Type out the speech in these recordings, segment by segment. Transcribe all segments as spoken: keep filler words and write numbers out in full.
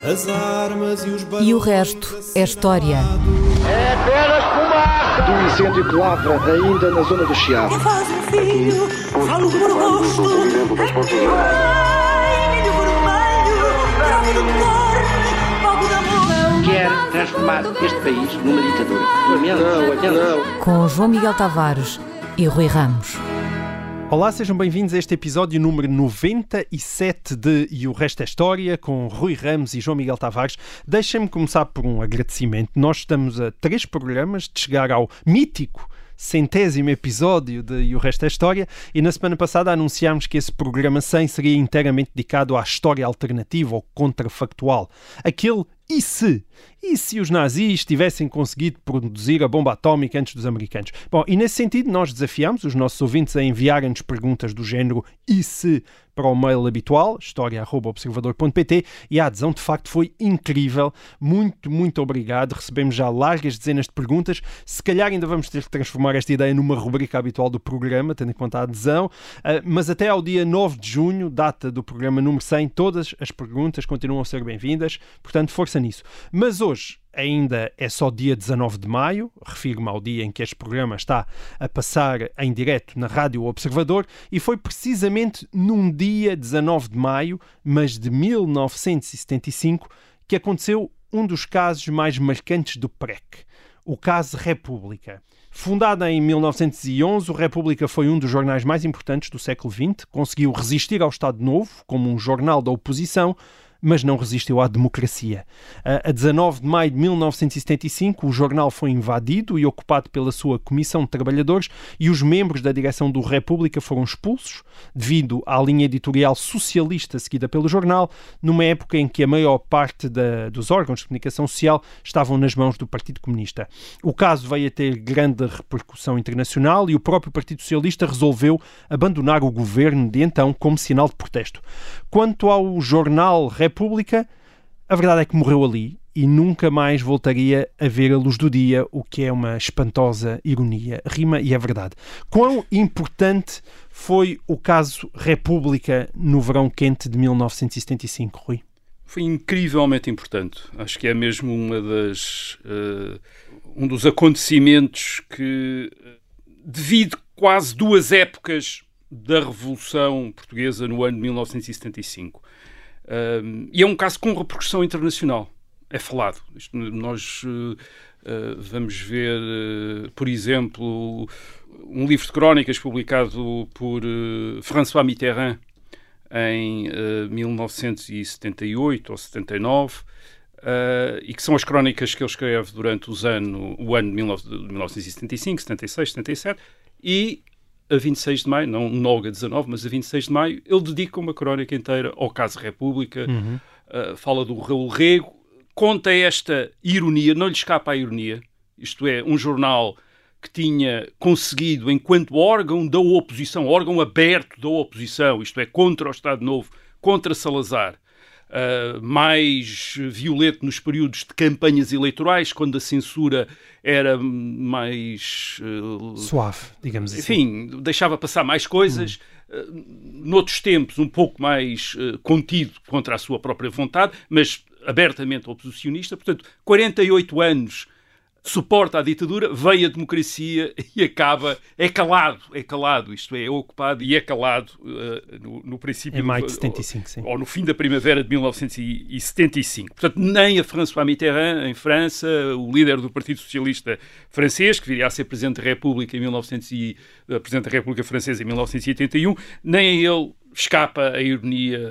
As armas e os barões. E o resto é história. É apenas fumaça! Do incêndio que lavra ainda na zona do Chiado. Que faz um filho, falo por gosto. Ai, milho vermelho, grave do cor, fogo da amor. Quer transformar este país numa ditadura. Não, não. Com João Miguel Tavares e Rui Ramos. Olá, sejam bem-vindos a este episódio número noventa e sete de E o Resto é História, com Rui Ramos e João Miguel Tavares. Deixem-me começar por um agradecimento. Nós estamos a três programas de chegar ao mítico centésimo episódio de E o Resto é História, e na semana passada anunciámos que esse programa cem seria inteiramente dedicado à história alternativa ou contrafactual. Aquele e se? E se os nazis tivessem conseguido produzir a bomba atómica antes dos americanos? Bom, e nesse sentido nós desafiámos os nossos ouvintes a enviarem-nos perguntas do género e se para o mail habitual, história arroba observador ponto pt, e a adesão de facto foi incrível. Muito, muito obrigado. Recebemos já largas dezenas de perguntas. Se calhar ainda vamos ter que transformar esta ideia numa rubrica habitual do programa, tendo em conta a adesão, uh, mas até ao dia nove de junho, data do programa número cem, todas as perguntas continuam a ser bem-vindas, portanto força nisso. Mas hoje ainda é só dia dezanove de maio, refiro-me ao dia em que este programa está a passar em direto na Rádio Observador, e foi precisamente num dia dezanove de maio, mas de mil novecentos e setenta e cinco, que aconteceu um dos casos mais marcantes do P R E C, o caso República. Fundada em mil novecentos e onze, o República foi um dos jornais mais importantes do século vinte, conseguiu resistir ao Estado Novo como um jornal da oposição, mas não resistiu à democracia. A dezanove de maio de mil novecentos e setenta e cinco, o jornal foi invadido e ocupado pela sua Comissão de Trabalhadores, e os membros da direção do República foram expulsos devido à linha editorial socialista seguida pelo jornal, numa época em que a maior parte da, dos órgãos de comunicação social estavam nas mãos do Partido Comunista. O caso veio a ter grande repercussão internacional e o próprio Partido Socialista resolveu abandonar o governo de então como sinal de protesto. Quanto ao jornal República, a verdade é que morreu ali e nunca mais voltaria a ver a luz do dia, o que é uma espantosa ironia. Rima e é verdade. Quão importante foi o caso República no verão quente de mil novecentos e setenta e cinco, Rui? Foi incrivelmente importante. Acho que é mesmo uma das, uh, um dos acontecimentos que, devido quase duas épocas da Revolução Portuguesa no ano de mil novecentos e setenta e cinco, Um, e é um caso com repercussão internacional. É falado. Isto, nós uh, uh, vamos ver, uh, por exemplo, um livro de crónicas publicado por uh, François Mitterrand em uh, mil novecentos e setenta e oito ou setenta e nove, uh, e que são as crónicas que ele escreve durante os ano, o ano de mil novecentos e setenta e cinco, setenta e seis, setenta e sete, e a vinte e seis de maio, não logo a dezanove, mas a vinte e seis de maio, ele dedica uma crónica inteira ao caso República, uhum. uh, fala do Raul Rego, conta esta ironia, não lhe escapa a ironia, isto é, um jornal que tinha conseguido, enquanto órgão da oposição, órgão aberto da oposição, isto é, contra o Estado Novo, contra Salazar, Uh, mais violento nos períodos de campanhas eleitorais, quando a censura era mais... Uh, suave, digamos assim. Enfim, deixava passar mais coisas. Hum. Uh, noutros tempos, um pouco mais uh, contido contra a sua própria vontade, mas abertamente oposicionista. Portanto, quarenta e oito anos suporta a ditadura, vem a democracia e acaba, é calado, é calado, isto é, é ocupado e é calado uh, no, no princípio... Em maio de setenta e cinco, sim. Ou no fim da primavera de mil novecentos e setenta e cinco. Portanto, nem a François Mitterrand, em França, o líder do Partido Socialista francês, que viria a ser Presidente da República em mil e novecentos e... Uh, Presidente da República Francesa em mil novecentos e oitenta e um, nem a ele escapa a ironia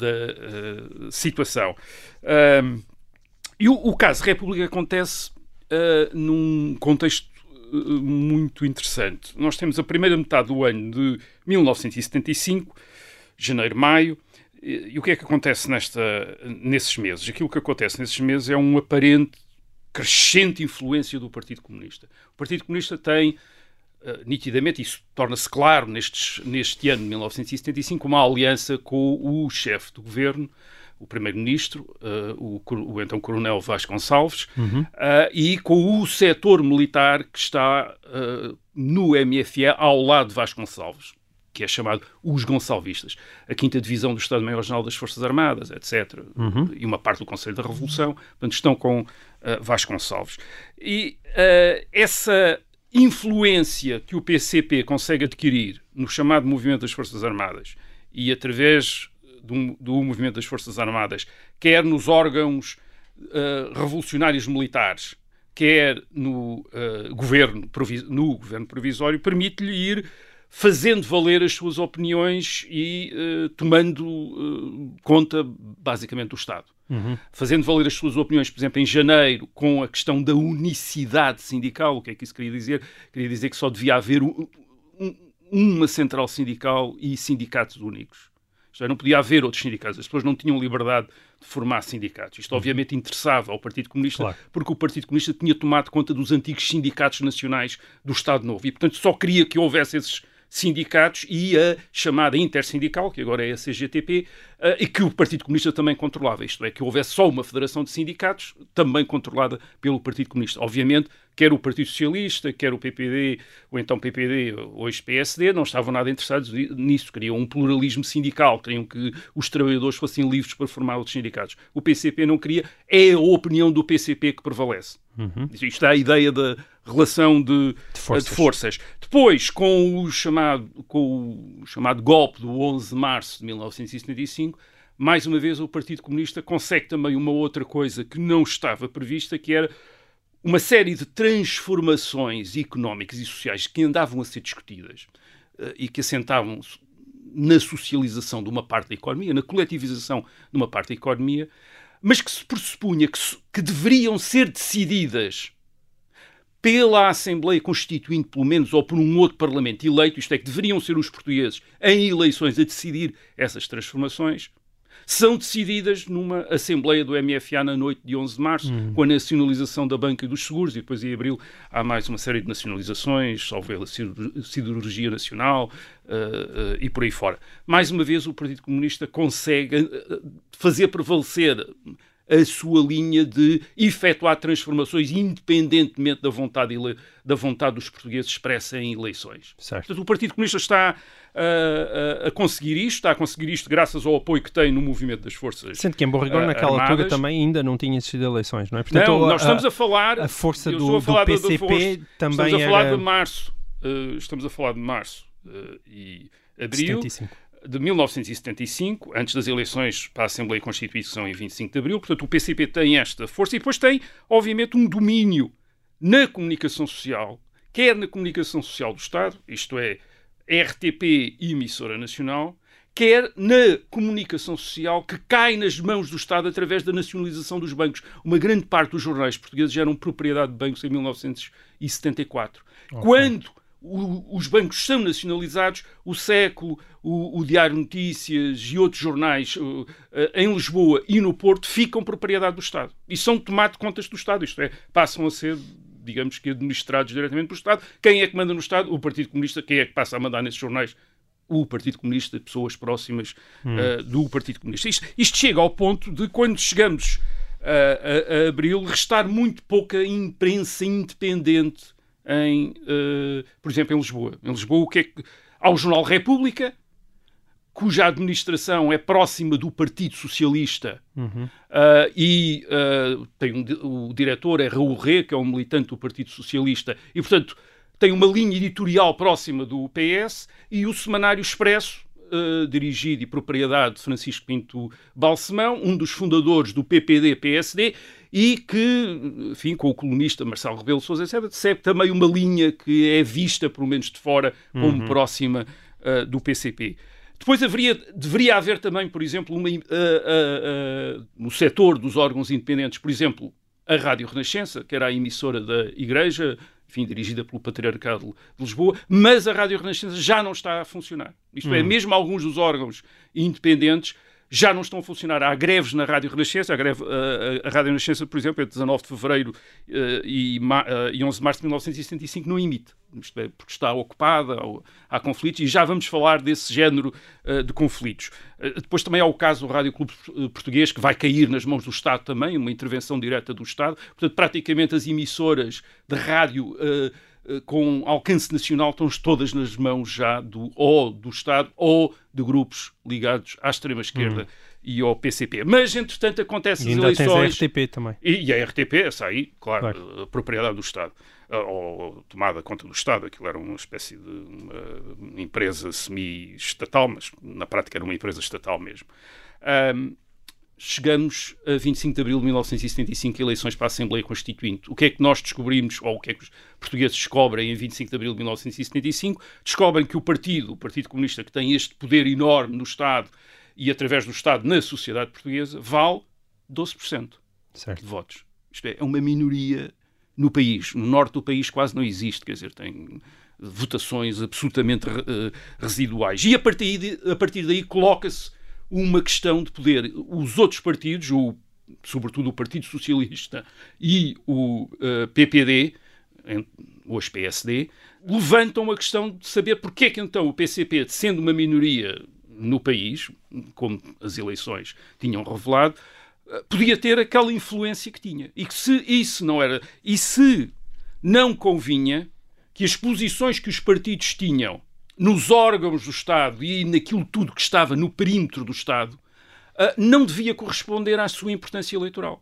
da uh, situação. Um, e o, o caso República acontece Uh, num contexto uh, muito interessante. Nós temos a primeira metade do ano de mil novecentos e setenta e cinco, janeiro, maio, e, e o que é que acontece nesta, nesses meses? Aquilo que acontece nesses meses é um aparente crescente influência do Partido Comunista. O Partido Comunista tem, uh, nitidamente, isso torna-se claro nestes, neste ano de mil novecentos e setenta e cinco, uma aliança com o chefe do governo, o primeiro-ministro, uh, o, o então coronel Vasconcelos, uhum. uh, e com o setor militar que está uh, no M F E ao lado de Vasconcelos, que é chamado os Gonçalvistas, a quinta Divisão do Estado-Maior-General das Forças Armadas, etcétera, uhum. e uma parte do Conselho da Revolução, portanto, estão com uh, Vasconcelos. E uh, essa influência que o P C P consegue adquirir no chamado movimento das Forças Armadas e através do, do movimento das Forças Armadas, quer nos órgãos uh, revolucionários militares, quer no, uh, governo, no governo provisório, permite-lhe ir fazendo valer as suas opiniões e uh, tomando uh, conta, basicamente, do Estado. Uhum. Fazendo valer as suas opiniões, por exemplo, em janeiro, com a questão da unicidade sindical. O que é que isso queria dizer? Queria dizer que só devia haver um, um, uma central sindical e sindicatos únicos. Isto é, não podia haver outros sindicatos. As pessoas não tinham liberdade de formar sindicatos. Isto, obviamente, interessava ao Partido Comunista, claro. Porque o Partido Comunista tinha tomado conta dos antigos sindicatos nacionais do Estado Novo. E, portanto, só queria que houvesse esses sindicatos e a chamada intersindical, que agora é a C G T P, uh, e que o Partido Comunista também controlava. Isto é, que houvesse só uma federação de sindicatos, também controlada pelo Partido Comunista. Obviamente, quer o Partido Socialista, quer o P P D, ou então P P D, hoje P S D, não estavam nada interessados nisso. Queriam um pluralismo sindical, queriam que os trabalhadores fossem livres para formar outros sindicatos. O P C P não queria. É a opinião do P C P que prevalece. Uhum. Isto é a ideia da relação de, de, forças. de forças. Depois, com o, chamado, com o chamado golpe do onze de março de mil novecentos e setenta e cinco, mais uma vez o Partido Comunista consegue também uma outra coisa que não estava prevista, que era uma série de transformações económicas e sociais que andavam a ser discutidas uh, e que assentavam na socialização de uma parte da economia, na coletivização de uma parte da economia, mas que se pressupunha que, que deveriam ser decididas pela Assembleia Constituinte, pelo menos, ou por um outro Parlamento eleito, isto é, que deveriam ser os portugueses em eleições a decidir essas transformações, são decididas numa Assembleia do M F A na noite de onze de março, hum. com a nacionalização da banca e dos seguros, e depois em abril há mais uma série de nacionalizações, salvo a siderurgia nacional uh, uh, e por aí fora. Mais uma vez o Partido Comunista consegue uh, fazer prevalecer a sua linha de efetuar transformações independentemente da vontade, da vontade dos portugueses expressa em eleições. Certo. Portanto, o Partido Comunista está uh, a, a conseguir isto, está a conseguir isto graças ao apoio que tem no movimento das forças. Sendo que em Bom Rigor, uh, naquela armadas. altura, também ainda não tinha existido eleições, não é? Portanto, não, nós a, estamos a falar... A força do, do, do P C P da, força, também Estamos a falar era... de março. Uh, estamos a falar de março uh, e abril... setenta e cinco. De mil novecentos e setenta e cinco, antes das eleições para a Assembleia Constituinte, que são em vinte e cinco de abril. Portanto, o P C P tem esta força e depois tem, obviamente, um domínio na comunicação social, quer na comunicação social do Estado, isto é, R T P e emissora nacional, quer na comunicação social que cai nas mãos do Estado através da nacionalização dos bancos. Uma grande parte dos jornais portugueses eram propriedade de bancos em mil novecentos e setenta e quatro. Okay. Quando O, os bancos são nacionalizados, o Século, o, o Diário de Notícias e outros jornais uh, uh, em Lisboa e no Porto ficam propriedade do Estado. E são tomado de contas do Estado, isto é, passam a ser, digamos que, administrados diretamente pelo Estado. Quem é que manda no Estado? O Partido Comunista. Quem é que passa a mandar nesses jornais? O Partido Comunista, pessoas próximas hum. uh, do Partido Comunista. Isto, isto chega ao ponto de, quando chegamos uh, a, a abril, restar muito pouca imprensa independente Em, uh, por exemplo, em Lisboa. Em Lisboa, o que é que... Há o Jornal República, cuja administração é próxima do Partido Socialista, uhum. uh, e uh, tem um, o diretor é Raul Rê, que é um militante do Partido Socialista, e, portanto, tem uma linha editorial próxima do P S, e o Semanário Expresso, uh, dirigido e propriedade de Francisco Pinto Balsemão, um dos fundadores do P P D P S D, e que, enfim, com o colunista Marcelo Rebelo de Sousa, etcétera, segue também uma linha que é vista, pelo menos de fora, como uhum. próxima uh, do P C P. Depois haveria, deveria haver também, por exemplo, uma, uh, uh, uh, no setor dos órgãos independentes, por exemplo, a Rádio Renascença, que era a emissora da Igreja, enfim, dirigida pelo Patriarcado de Lisboa, mas a Rádio Renascença já não está a funcionar. Isto uhum. é, mesmo alguns dos órgãos independentes já não estão a funcionar. Há greves na Rádio Renascença. A, greve, a, a Rádio Renascença, por exemplo, entre dezanove de fevereiro uh, e, uh, e onze de março de mil novecentos e setenta e cinco não emite. Isto é, porque está ocupada, ou, há conflitos, e já vamos falar desse género uh, de conflitos. Uh, depois também há o caso do Rádio Clube Português, que vai cair nas mãos do Estado também, uma intervenção direta do Estado. Portanto, praticamente as emissoras de rádio uh, com alcance nacional estão to-das nas mãos já do, ou do Estado ou de grupos ligados à extrema-esquerda hum. e ao P C P. Mas, entretanto, acontecem as eleições... E ainda tens a R T P também. E, e a R T P, essa aí, claro, claro. A propriedade do Estado. Ou tomada conta do Estado, aquilo era uma espécie de uma empresa semi-estatal, mas na prática era uma empresa estatal mesmo. Um, chegamos a vinte e cinco de abril de mil novecentos e setenta e cinco, eleições para a Assembleia Constituinte. O que é que nós descobrimos, ou o que é que os portugueses descobrem em vinte e cinco de abril de mil novecentos e setenta e cinco? Descobrem que o partido, o Partido Comunista, que tem este poder enorme no Estado e através do Estado na sociedade portuguesa, vale doze por cento certo. De votos. Isto é, é uma minoria no país. No norte do país quase não existe, quer dizer, tem votações absolutamente uh, residuais. E a partir, de, a partir daí coloca-se uma questão de poder. Os outros partidos, o, sobretudo o Partido Socialista e o uh, P P D, hoje P S D, levantam a questão de saber porque é que então o P C P, sendo uma minoria no país, como as eleições tinham revelado, podia ter aquela influência que tinha. E que se isso não era... E se não convinha que as posições que os partidos tinham nos órgãos do Estado e naquilo tudo que estava no perímetro do Estado, não devia corresponder à sua importância eleitoral.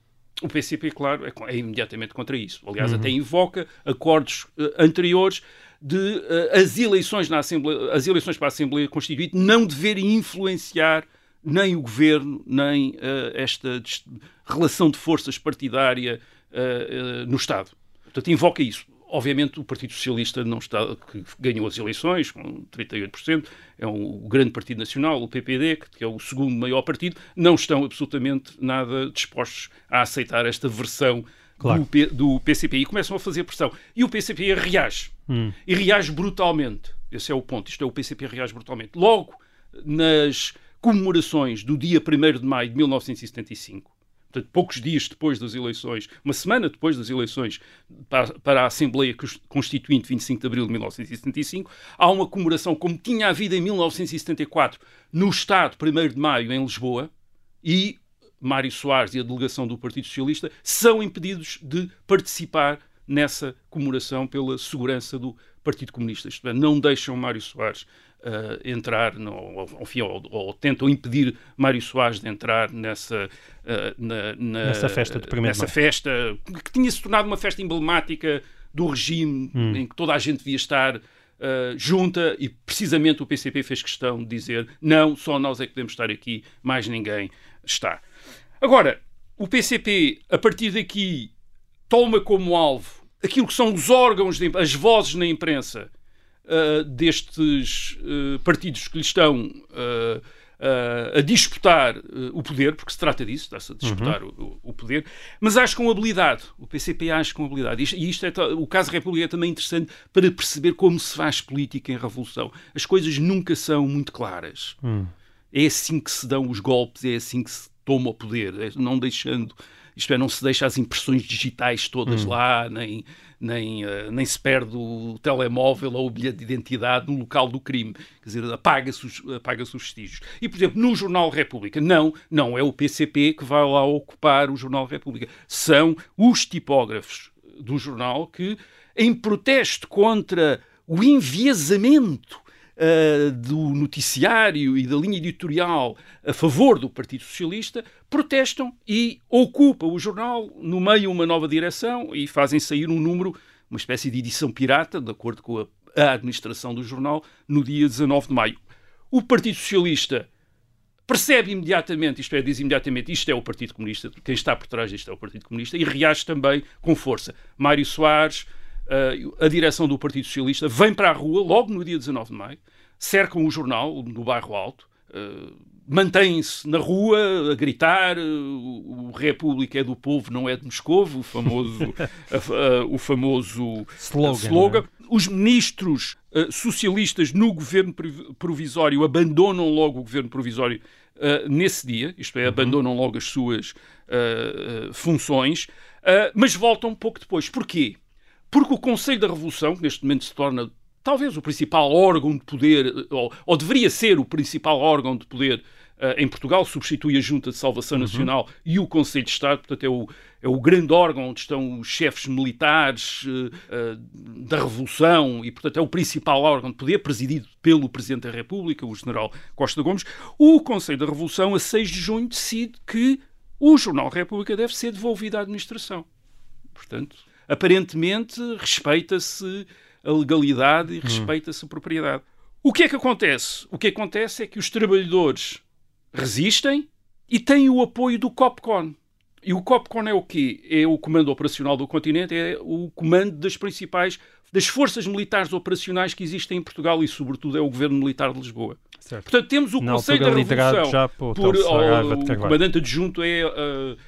O P C P, claro, é, é imediatamente contra isso. Aliás, uhum. até invoca acordos uh, anteriores de uh, as, eleições na Assembleia, as eleições para a Assembleia Constituinte não deverem influenciar nem o governo, nem uh, esta relação de forças partidária uh, uh, no Estado. Portanto, invoca isso. Obviamente, o Partido Socialista não está, que ganhou as eleições, com trinta e oito por cento, é um, o grande partido nacional, o P P D, que é o segundo maior partido, não estão absolutamente nada dispostos a aceitar esta versão claro. do, P, do P C P. E começam a fazer pressão. E o P C P reage. Hum. E reage brutalmente. Esse é o ponto. Isto é, o P C P reage brutalmente. Logo, nas comemorações do dia primeiro de maio de mil novecentos e setenta e cinco, portanto, poucos dias depois das eleições, uma semana depois das eleições para, para a Assembleia Constituinte, vinte e cinco de abril de mil novecentos e setenta e cinco, há uma comemoração como tinha havido em mil novecentos e setenta e quatro no Estado, primeiro de maio, em Lisboa, e Mário Soares e a delegação do Partido Socialista são impedidos de participar nessa comemoração pela segurança do Partido Comunista. Isto é, não deixam Mário Soares Uh, entrar, no, ou, enfim, ou, ou tentam impedir Mário Soares de entrar nessa, uh, na, na, nessa festa de primeiro nessa festa que tinha se tornado uma festa emblemática do regime hum. em que toda a gente devia estar uh, junta, e precisamente o P C P fez questão de dizer não, só nós é que podemos estar aqui, mais ninguém está. Agora, o P C P, a partir daqui, toma como alvo aquilo que são os órgãos, de, as vozes na imprensa Uh, destes uh, partidos que lhe estão uh, uh, a disputar uh, o poder, porque se trata disso, está-se a disputar uhum. o, o poder, mas age com habilidade. O P C P age com habilidade. Isto, e isto é, o caso República é também interessante para perceber como se faz política em revolução. As coisas nunca são muito claras. Hum. É assim que se dão os golpes, é assim que se toma o poder, é não deixando... Isto é, não se deixa as impressões digitais todas hum. lá, nem, nem, uh, nem se perde o telemóvel ou o bilhete de identidade no local do crime. Quer dizer, apaga-se os, apaga-se os vestígios. E, por exemplo, no Jornal República, não, não é o P C P que vai lá ocupar o Jornal República. São os tipógrafos do jornal que, em protesto contra o enviesamento Uh, do noticiário e da linha editorial a favor do Partido Socialista, protestam e ocupam o jornal no meio uma nova direção e fazem sair um número, uma espécie de edição pirata, de acordo com a, a administração do jornal, no dia dezanove de maio. O Partido Socialista percebe imediatamente, isto é, diz imediatamente, isto é o Partido Comunista, quem está por trás disto é o Partido Comunista, e reage também com força. Mário Soares, Uh, a direção do Partido Socialista vem para a rua, logo no dia dezanove de maio, cercam o jornal no Bairro Alto, uh, mantêm-se na rua a gritar, uh, o República é do povo, não é de Moscovo, o famoso, uh, uh, o famoso slogan. Uh, slogan. É? Os ministros uh, socialistas no governo provisório abandonam logo o governo provisório uh, nesse dia, isto é, uhum. abandonam logo as suas uh, uh, funções, uh, mas voltam um pouco depois. Porquê? Porque o Conselho da Revolução, que neste momento se torna talvez o principal órgão de poder, ou, ou deveria ser o principal órgão de poder em Portugal, substitui a Junta de Salvação Nacional uhum. e o Conselho de Estado, portanto é o, é o grande órgão onde estão os chefes militares uh, uh, da Revolução e, portanto, é o principal órgão de poder, presidido pelo Presidente da República, o General Costa Gomes. O Conselho da Revolução, a seis de junho, decide que o Jornal República deve ser devolvido à administração. Portanto, aparentemente, respeita-se a legalidade e respeita-se a propriedade. O que é que acontece? O que acontece é que os trabalhadores resistem e têm o apoio do COPCON. E o COPCON é o quê? É o Comando Operacional do Continente, é o comando das principais, das forças militares operacionais que existem em Portugal e, sobretudo, é o Governo Militar de Lisboa. Certo. Portanto, temos o Na Conselho da Revolução. Já por, por o, o comandante adjunto é, uh,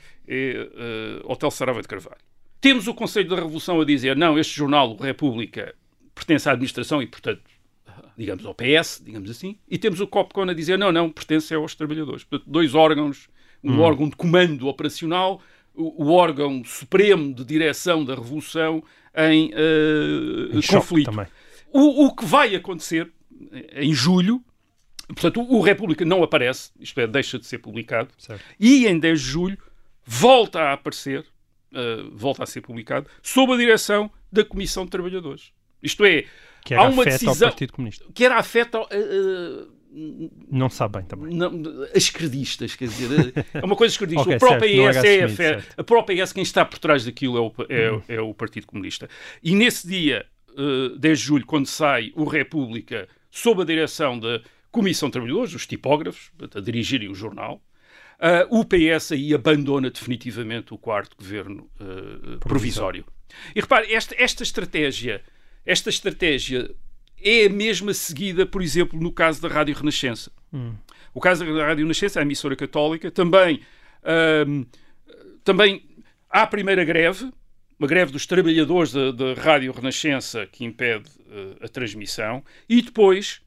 é uh, Hotel Saraiva de Carvalho. Temos o Conselho da Revolução a dizer, não, este jornal, o República, pertence à administração e, portanto, digamos, ao P S, digamos assim, e temos o COPCON a dizer, não, não, pertence aos trabalhadores. Portanto, dois órgãos, um hum. órgão de comando operacional, o, o órgão supremo de direção da Revolução em, uh, em conflito. O, o que vai acontecer em julho, portanto, o, o República não aparece, isto é, deixa de ser publicado, certo. E em dez de julho volta a aparecer, uh, volta a ser publicado, sob a direção da Comissão de Trabalhadores. Isto é, que era há uma afeta decisão ao Partido Comunista. Que era afeta... Uh, uh, não sabe bem também. Não, as esquerdistas, quer dizer, é uma coisa esquerdista. Okay, o próprio certo, P S é assumido, a, a própria P S, quem está por trás daquilo é o, é, hum. é o Partido Comunista. E nesse dia, uh, dez de julho, quando sai o República, sob a direção da Comissão de Trabalhadores, os tipógrafos, a dirigirem o jornal, uh, o P S aí abandona definitivamente o quarto governo uh, provisório. E repare, esta, esta estratégia... Esta estratégia é a mesma seguida, por exemplo, no caso da Rádio Renascença. Hum. O caso da Rádio Renascença, a emissora católica, também, hum, também há a primeira greve, uma greve dos trabalhadores da, da Rádio Renascença que impede uh, a transmissão, e depois,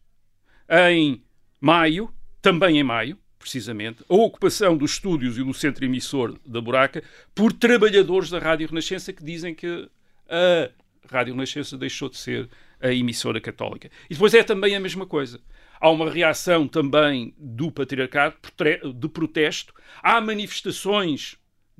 em maio, também em maio, precisamente, a ocupação dos estúdios e do centro emissor da Buraca por trabalhadores da Rádio Renascença que dizem que a Rádio Renascença deixou de ser a emissora católica. E depois é também a mesma coisa. Há uma reação também do patriarcado de protesto. Há manifestações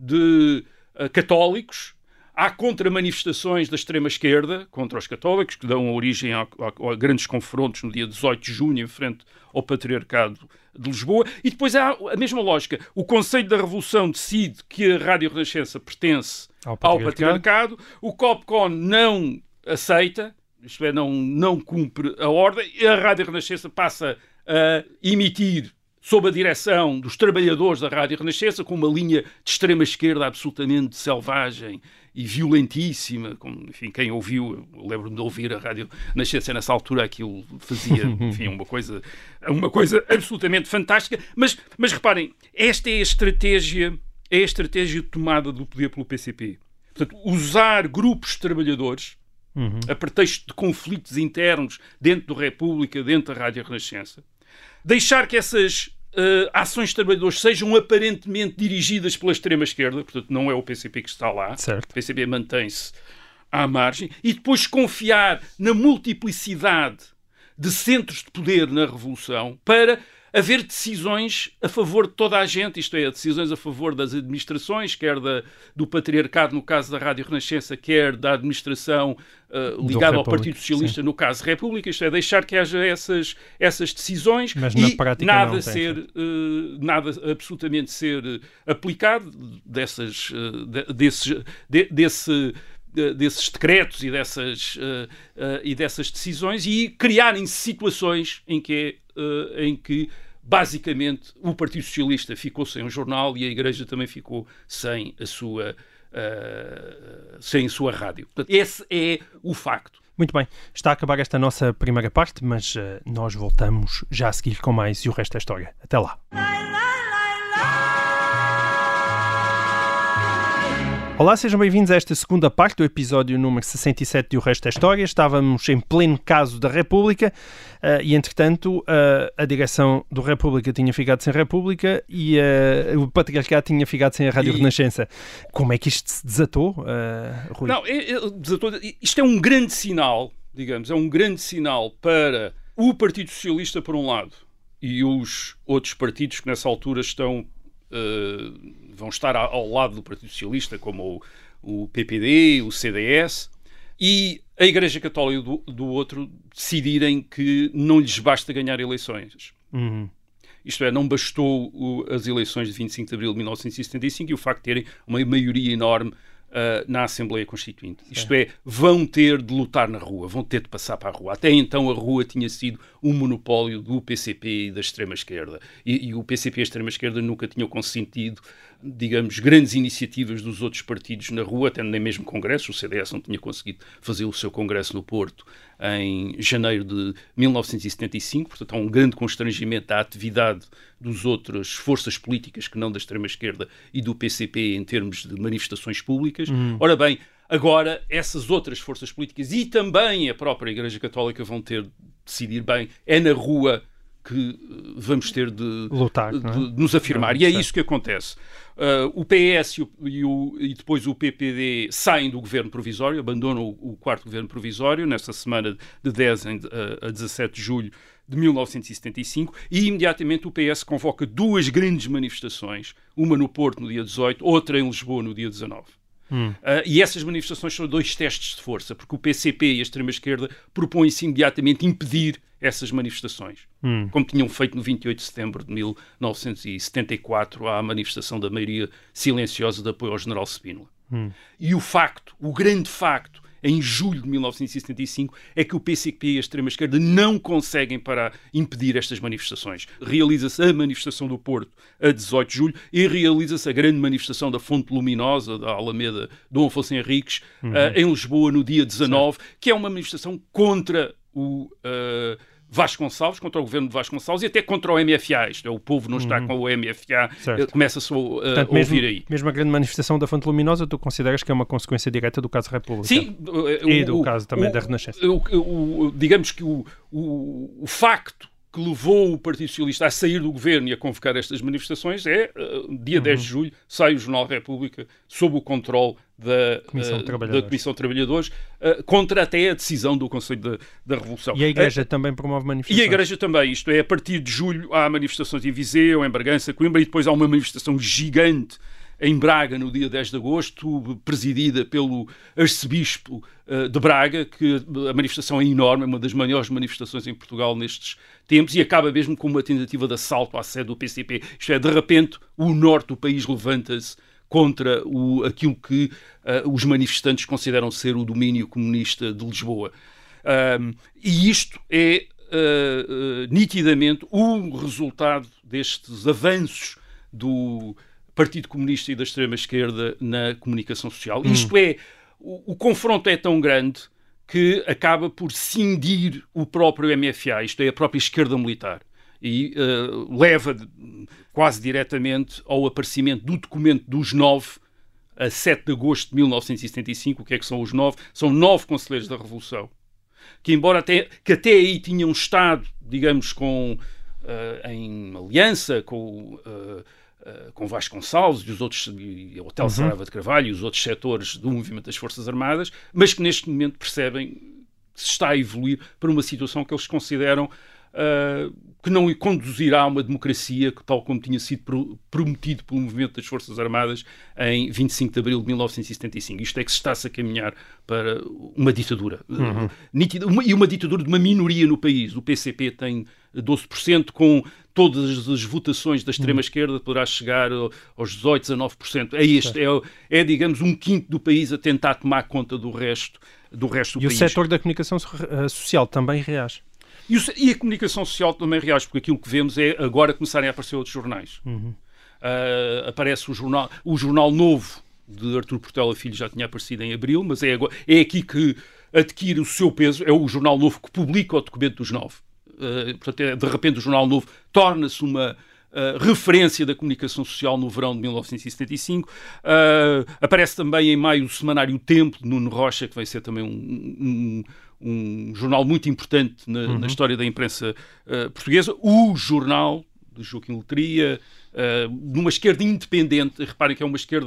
de uh, católicos. Há contra-manifestações da extrema-esquerda contra os católicos, que dão origem a, a, a grandes confrontos no dia dezoito de junho em frente ao Patriarcado de Lisboa. E depois há a mesma lógica. O Conselho da Revolução decide que a Rádio Renascença pertence ao Patriarcado. Ao patriarcado. O COPCON não aceita, isto é, não, não cumpre a ordem, e a Rádio Renascença passa a emitir sob a direção dos trabalhadores da Rádio Renascença, com uma linha de extrema-esquerda absolutamente selvagem e violentíssima. Como, enfim, quem ouviu, eu lembro-me de ouvir a Rádio Renascença nessa altura, aquilo fazia, enfim, uma coisa, uma coisa absolutamente fantástica. Mas, mas reparem, esta é a estratégia, é a estratégia de tomada do poder pelo P C P. Portanto, usar grupos de trabalhadores, uhum. a pretexto de conflitos internos dentro da República, dentro da Rádio Renascença, deixar que essas uh, ações de trabalhadores sejam aparentemente dirigidas pela extrema-esquerda, portanto não é o P C P que está lá, certo. O P C P mantém-se à margem, e depois confiar na multiplicidade de centros de poder na Revolução para haver decisões a favor de toda a gente, isto é, decisões a favor das administrações, quer da, do patriarcado, no caso da Rádio Renascença, quer da administração uh, ligada ao Partido Socialista, sim. no caso da República, isto é, deixar que haja essas, essas decisões. Mas e na prática nada, não ser, uh, nada absolutamente ser aplicado dessas, uh, de, desses, de, desse... desses decretos e dessas, uh, uh, e dessas decisões e criarem situações em que, uh, em que basicamente o Partido Socialista ficou sem um jornal e a Igreja também ficou sem a sua, uh, sem a sua rádio. Portanto, esse é o facto. Muito bem, está a acabar esta nossa primeira parte, mas uh, nós voltamos já a seguir com mais e o resto da história. Até lá. Olá, sejam bem-vindos a esta segunda parte do episódio número sessenta e sete de O Resto da História. Estávamos em pleno caso da República uh, e, entretanto, uh, a direção do República tinha ficado sem República e uh, o Patriarcado tinha ficado sem a Rádio e... Renascença. Como é que isto se desatou, uh, Rui? Não, é, é, desatou. Isto é um grande sinal, digamos, é um grande sinal para o Partido Socialista, por um lado, e os outros partidos que nessa altura estão, uh, vão estar ao lado do Partido Socialista, como o, o P P D, o C D S, e a Igreja Católica do, do outro decidirem que não lhes basta ganhar eleições. Uhum. Isto é, não bastou o, as eleições de vinte e cinco de abril de mil novecentos e setenta e cinco e o facto de terem uma maioria enorme Uh, na Assembleia Constituinte. Sim. Isto é, vão ter de lutar na rua, vão ter de passar para a rua. Até então a rua tinha sido um monopólio do P C P e da extrema-esquerda. E, e o P C P e a extrema-esquerda nunca tinham consentido, digamos, grandes iniciativas dos outros partidos na rua, até nem mesmo congressos. O C D S não tinha conseguido fazer o seu congresso no Porto em janeiro de mil novecentos e setenta e cinco, portanto há um grande constrangimento à atividade das outras forças políticas que não da extrema-esquerda e do P C P em termos de manifestações públicas. Uhum. Ora bem, agora essas outras forças políticas e também a própria Igreja Católica vão ter de decidir bem, é na rua que vamos ter de, lutar, de, não é? de nos afirmar. Não, e é isso que acontece. Uh, o P S e, o, e, o, e depois o P P D saem do governo provisório, abandonam o, o quarto governo provisório, nesta semana de dez a dezassete de julho de mil novecentos e setenta e cinco, e imediatamente o P S convoca duas grandes manifestações, uma no Porto no dia dezoito, outra em Lisboa no dia dezanove. Hum. Uh, e essas manifestações são dois testes de força, porque o P C P e a extrema-esquerda propõem-se imediatamente impedir essas manifestações, hum. como tinham feito no vinte e oito de setembro de mil novecentos e setenta e quatro, à manifestação da maioria silenciosa de apoio ao general Spínola. Hum. E o facto, o grande facto, em julho de mil novecentos e setenta e cinco, é que o P C P e a extrema-esquerda não conseguem para impedir estas manifestações. Realiza-se a manifestação do Porto a dezoito de julho e realiza-se a grande manifestação da Fonte Luminosa, da Alameda Dom Afonso Henriques, uhum. uh, em Lisboa no dia dezanove, certo. Que é uma manifestação contra o uh, Vasconcelos, contra o governo de Vasconcelos e até contra o M F A. Isto é, o povo não está uhum. com o M F A, uh, começa-se a uh, Portanto, ouvir mesmo, aí. Mesmo a grande manifestação da Fonte Luminosa, tu consideras que é uma consequência direta do caso República? Sim. Uh, e do o, caso também o, da Renascença. O, o, o, digamos que o, o, o facto que levou o Partido Socialista a sair do governo e a convocar estas manifestações é, uh, dia uhum. dez de julho, sai o Jornal República sob o controle da Comissão de Trabalhadores, uh, da Comissão de Trabalhadores uh, contra até a decisão do Conselho da, da Revolução. E a Igreja é, também promove manifestações? E a Igreja também, isto é, a partir de julho há manifestações em Viseu, em Bragança, Coimbra, e depois há uma manifestação gigante em Braga, no dia dez de agosto, presidida pelo arcebispo uh, de Braga, que a manifestação é enorme, é uma das maiores manifestações em Portugal nestes tempos, e acaba mesmo com uma tentativa de assalto à sede do P C P. Isto é, de repente, o norte do país levanta-se contra o, aquilo que uh, os manifestantes consideram ser o domínio comunista de Lisboa. Um, e isto é uh, uh, nitidamente o resultado destes avanços do Partido Comunista e da extrema-esquerda na comunicação social. Hum. Isto é, o, o confronto é tão grande que acaba por cindir o próprio M F A, isto é, a própria esquerda militar. E uh, leva quase diretamente ao aparecimento do documento dos nove, a sete de agosto de mil novecentos e setenta e cinco. O que é que são os nove? São nove conselheiros da Revolução, que embora até, que até aí tinham estado, digamos, com, uh, em aliança com... Uh, Uh, com Vasconcelos e os outros, e o Hotel uhum. Saraiva de Carvalho e os outros setores do movimento das Forças Armadas, mas que neste momento percebem que se está a evoluir para uma situação que eles consideram uh, que não conduzirá a uma democracia, que, tal como tinha sido pro, prometido pelo movimento das Forças Armadas em vinte e cinco de abril de mil novecentos e setenta e cinco. Isto é, que se está-se a caminhar para uma ditadura. Uhum. Uh, nítida, uma, e uma ditadura de uma minoria no país. O P C P tem doze por cento, com todas as votações da extrema-esquerda poderá chegar aos dezoito, dezanove por cento. É este, é, é, digamos, um quinto do país a tentar tomar conta do resto do, resto do e país. E o setor da comunicação social também reage? E, o, e a comunicação social também reage, porque aquilo que vemos é agora começarem a aparecer outros jornais. Uhum. Uh, aparece o jornal, o jornal Novo, de Artur Portela Filho, já tinha aparecido em abril, mas é, agora, é aqui que adquire o seu peso, é o Jornal Novo que publica o documento dos nove. Uh, portanto, é, de repente o Jornal Novo torna-se uma uh, referência da comunicação social no verão de mil novecentos e setenta e cinco. Uh, aparece também em maio o semanário O Tempo, de Nuno Rocha, que vai ser também um, um, um jornal muito importante na, uhum. na história da imprensa uh, portuguesa. O Jornal, de Joaquim Letria, uh, numa esquerda independente. Reparem que é uma esquerda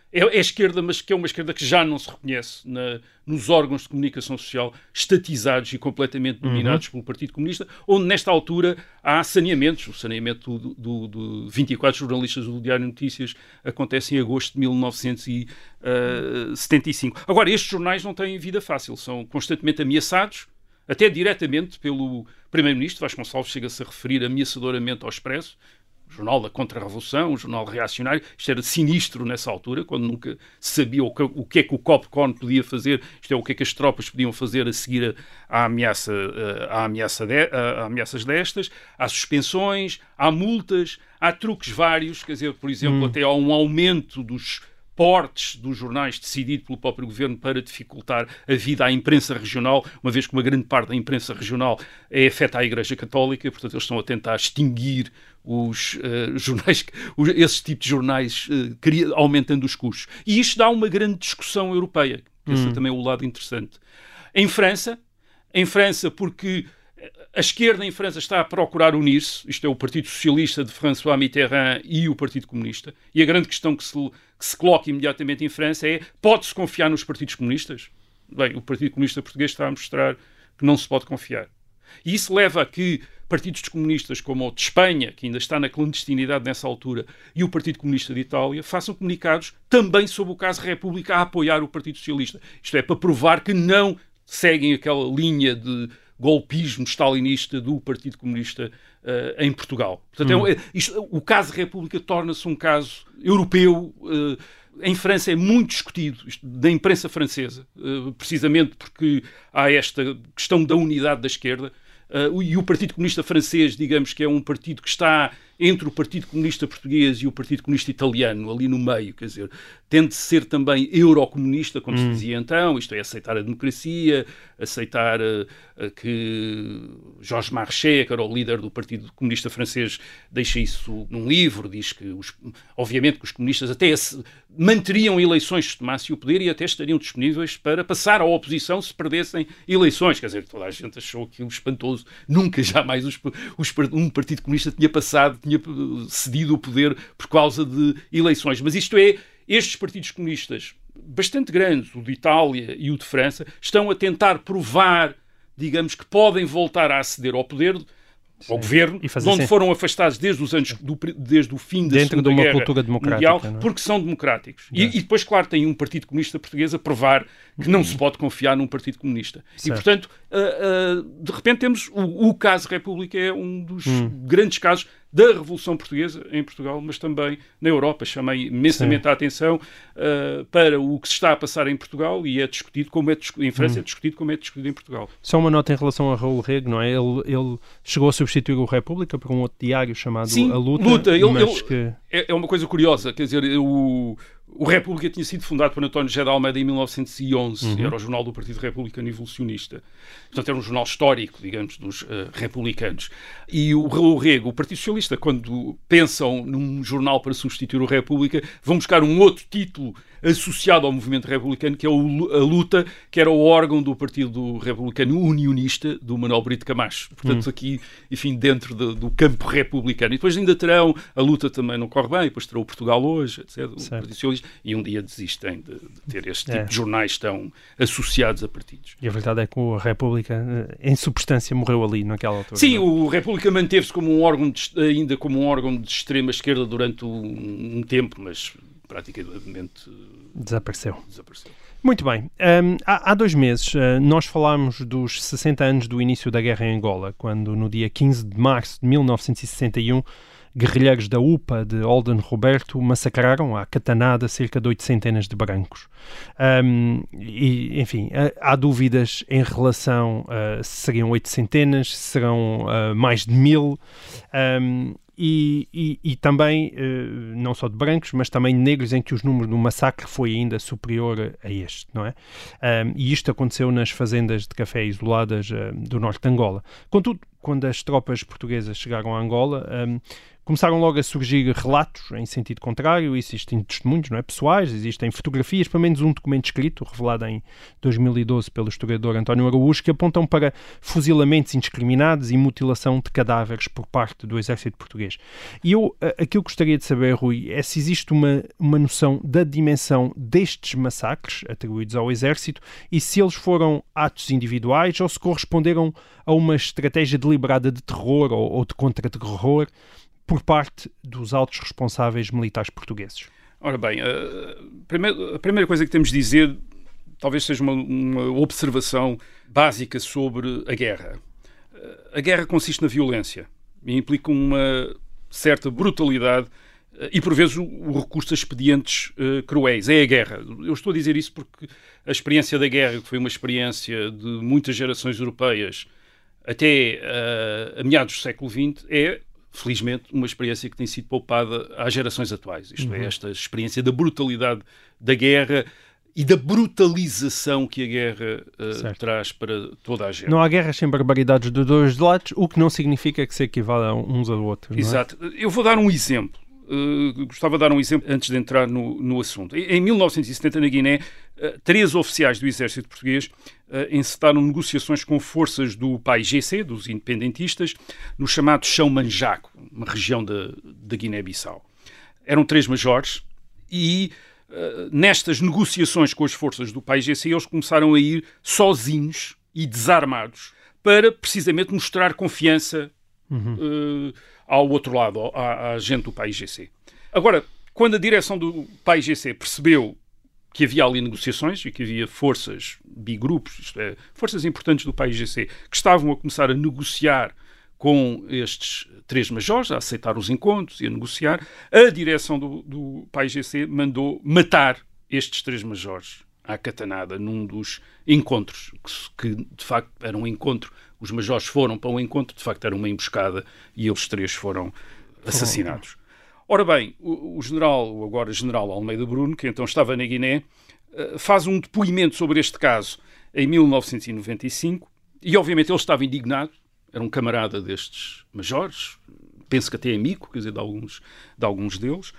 é, é a esquerda, mas que é uma esquerda que já não se reconhece na, nos órgãos de comunicação social estatizados e completamente dominados uhum. pelo Partido Comunista, onde nesta altura há saneamentos. O saneamento do, do, do vinte e quatro jornalistas do Diário de Notícias acontece em agosto de mil novecentos e setenta e cinco. Agora, estes jornais não têm vida fácil, são constantemente ameaçados, até diretamente pelo Primeiro-Ministro. Vasconcelos chega-se a referir ameaçadoramente ao Expresso, o jornal da Contra-Revolução, o jornal reacionário. Isto era sinistro nessa altura, quando nunca se sabia o que, o que é que o Copcon podia fazer, isto é, o que é que as tropas podiam fazer a seguir à ameaça, à ameaça de, à ameaças destas. Há suspensões, há multas, há truques vários, quer dizer, por exemplo, hum. até há um aumento dos portes dos jornais decidido pelo próprio governo para dificultar a vida à imprensa regional, uma vez que uma grande parte da imprensa regional é afeta à Igreja Católica, portanto eles estão a tentar extinguir os uh, jornais, os, esses tipos de jornais, uh, cria, aumentando os custos. E isto dá uma grande discussão europeia, que esse hum. também é o lado interessante. Em França, em França, porque a esquerda em França está a procurar unir-se, isto é o Partido Socialista de François Mitterrand e o Partido Comunista, e a grande questão que se, que se coloca imediatamente em França é: pode-se confiar nos partidos comunistas? Bem, o Partido Comunista Português está a mostrar que não se pode confiar. E isso leva a que partidos comunistas como o de Espanha, que ainda está na clandestinidade nessa altura, e o Partido Comunista de Itália, façam comunicados também sobre o caso República a apoiar o Partido Socialista. Isto é, para provar que não seguem aquela linha de golpismo stalinista do Partido Comunista uh, em Portugal. Portanto, hum. é, isto, o caso República torna-se um caso europeu. Uh, em França é muito discutido, isto, da imprensa francesa, uh, precisamente porque há esta questão da unidade da esquerda. Uh, e o Partido Comunista francês, digamos que é um partido que está entre o Partido Comunista português e o Partido Comunista italiano, ali no meio, quer dizer, tende a ser também eurocomunista, como hum. se dizia então, isto é, aceitar a democracia, aceitar uh, uh, que Georges Marchais, que era o líder do Partido Comunista francês, deixa isso num livro, diz que, os, obviamente, que os comunistas até se, manteriam eleições se tomassem o poder e até estariam disponíveis para passar à oposição se perdessem eleições. Quer dizer, toda a gente achou aquilo espantoso. Nunca, jamais, os, os, um Partido Comunista tinha passado, tinha cedido o poder por causa de eleições. Mas isto é, estes partidos comunistas bastante grandes, o de Itália e o de França, estão a tentar provar, digamos, que podem voltar a aceder ao poder, Sim. ao governo, de onde assim. foram afastados desde os anos do, desde o fim da Dentro Segunda de uma Guerra cultura democrática, Mundial, não é? porque são democráticos. E, e depois, claro, tem um Partido Comunista Português a provar que não se pode confiar num Partido Comunista. Certo. E, portanto, uh, uh, de repente temos o, o caso República, é um dos hum. grandes casos da Revolução Portuguesa em Portugal, mas também na Europa. Chamei imensamente Sim. a atenção uh, para o que se está a passar em Portugal e é discutido como é discutido, em França hum. é discutido como é discutido em Portugal. Só uma nota em relação a Raul Rego, não é? Ele, ele chegou a substituir o República por um outro diário chamado Sim, A Luta. Luta. Ele, mas ele, que... é, é uma coisa curiosa, quer dizer, o... O República tinha sido fundado por António José de Almeida em mil novecentos e onze, uhum. era o jornal do Partido Republicano Evolucionista. Portanto, era um jornal histórico, digamos, dos uh, republicanos. E o Raul Rego, o Partido Socialista, quando pensam num jornal para substituir o República, vão buscar um outro título associado ao movimento republicano, que é o, a Luta, que era o órgão do Partido Republicano Unionista, do Manuel Brito Camacho. Portanto, uhum. aqui, enfim, dentro de, do campo republicano. E depois ainda terão, a Luta também não corre bem, depois terão o Portugal Hoje, etcétera. O Partido Socialista. E um dia desistem de, de ter este tipo é. de jornais tão associados a partidos. E a verdade é que o República, em substância, morreu ali naquela altura. Sim, não? O República manteve-se como um órgão de, ainda como um órgão de extrema esquerda durante um, um tempo, mas praticamente desapareceu. desapareceu. Muito bem. Um, há, há dois meses uh, nós falámos dos sessenta anos do início da guerra em Angola, quando no dia quinze de março de mil novecentos e sessenta e um guerrilheiros da U P A de Olden Roberto massacraram à catanada cerca de oito centenas de brancos. Um, e, enfim, há dúvidas em relação a se seriam oito centenas, se serão uh, mais de mil. Um, E, e, e também, uh, não só de brancos, mas também de negros, em que o número do massacre foi ainda superior a este, não é? Um, e isto aconteceu nas fazendas de café isoladas uh, do norte de Angola. Contudo, quando as tropas portuguesas chegaram a Angola, um, começaram logo a surgir relatos em sentido contrário. Existem testemunhos, não é, pessoais, existem fotografias, pelo menos um documento escrito, revelado em dois mil e doze pelo historiador António Araújo, que apontam para fuzilamentos indiscriminados e mutilação de cadáveres por parte do exército português. português. E eu, aquilo que gostaria de saber, Rui, é se existe uma, uma noção da dimensão destes massacres atribuídos ao Exército e se eles foram atos individuais ou se corresponderam a uma estratégia deliberada de terror ou, ou de contra-terror por parte dos altos responsáveis militares portugueses. Ora bem, a primeira, a primeira coisa que temos de dizer talvez seja uma, uma observação básica sobre a guerra. A guerra consiste na violência e implica uma certa brutalidade e, por vezes, o, o recurso a expedientes uh, cruéis. É a guerra. Eu estou a dizer isso porque a experiência da guerra, que foi uma experiência de muitas gerações europeias até uh, a meados do século vinte, é, felizmente, uma experiência que tem sido poupada às gerações atuais. Isto uhum. é, esta experiência da brutalidade da guerra e da brutalização que a guerra uh, traz para toda a gente. Não há guerras sem barbaridades de dois lados, o que não significa que se equivalem uns aos outros. Exato. Não é? Eu vou dar um exemplo. Uh, gostava de dar um exemplo antes de entrar no, no assunto. Em, em mil novecentos e setenta, na Guiné, uh, três oficiais do exército português uh, encetaram negociações com forças do P A I G C, dos independentistas, no chamado Chão Manjaco, uma região da, da Guiné-Bissau. Eram três majores e uh, nestas negociações com as forças do P A I G C eles começaram a ir sozinhos e desarmados para precisamente mostrar confiança uhum. uh, ao outro lado, à, à gente do P A I G C. Agora, quando a direção do P A I G C percebeu que havia ali negociações e que havia forças, bigrupos, isto é, forças importantes do P A I G C, que estavam a começar a negociar com estes três majores, a aceitar os encontros e a negociar, a direção do, do P A I G C mandou matar estes três majores à catanada num dos encontros, que, que de facto era um encontro. Os majores foram para um encontro, de facto era uma emboscada e eles três foram assassinados. Ora bem, o, o general, o agora general Almeida Bruno, que então estava na Guiné, faz um depoimento sobre este caso em mil novecentos e noventa e cinco e obviamente ele estava indignado, era um camarada destes majores, penso que até amigo, quer dizer, de alguns, de alguns deles,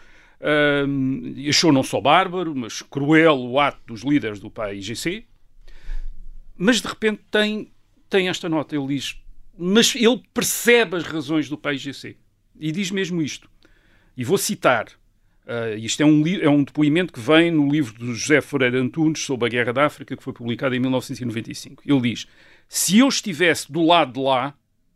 um, achou não só bárbaro, mas cruel o ato dos líderes do P A I G C, mas de repente tem... tem esta nota, ele diz, mas ele percebe as razões do P A I G C e diz mesmo isto, e vou citar, uh, isto é um, é um depoimento que vem no livro do José Ferreira Antunes sobre a Guerra da África, que foi publicado em mil novecentos e noventa e cinco. Ele diz, se eu estivesse do lado de lá,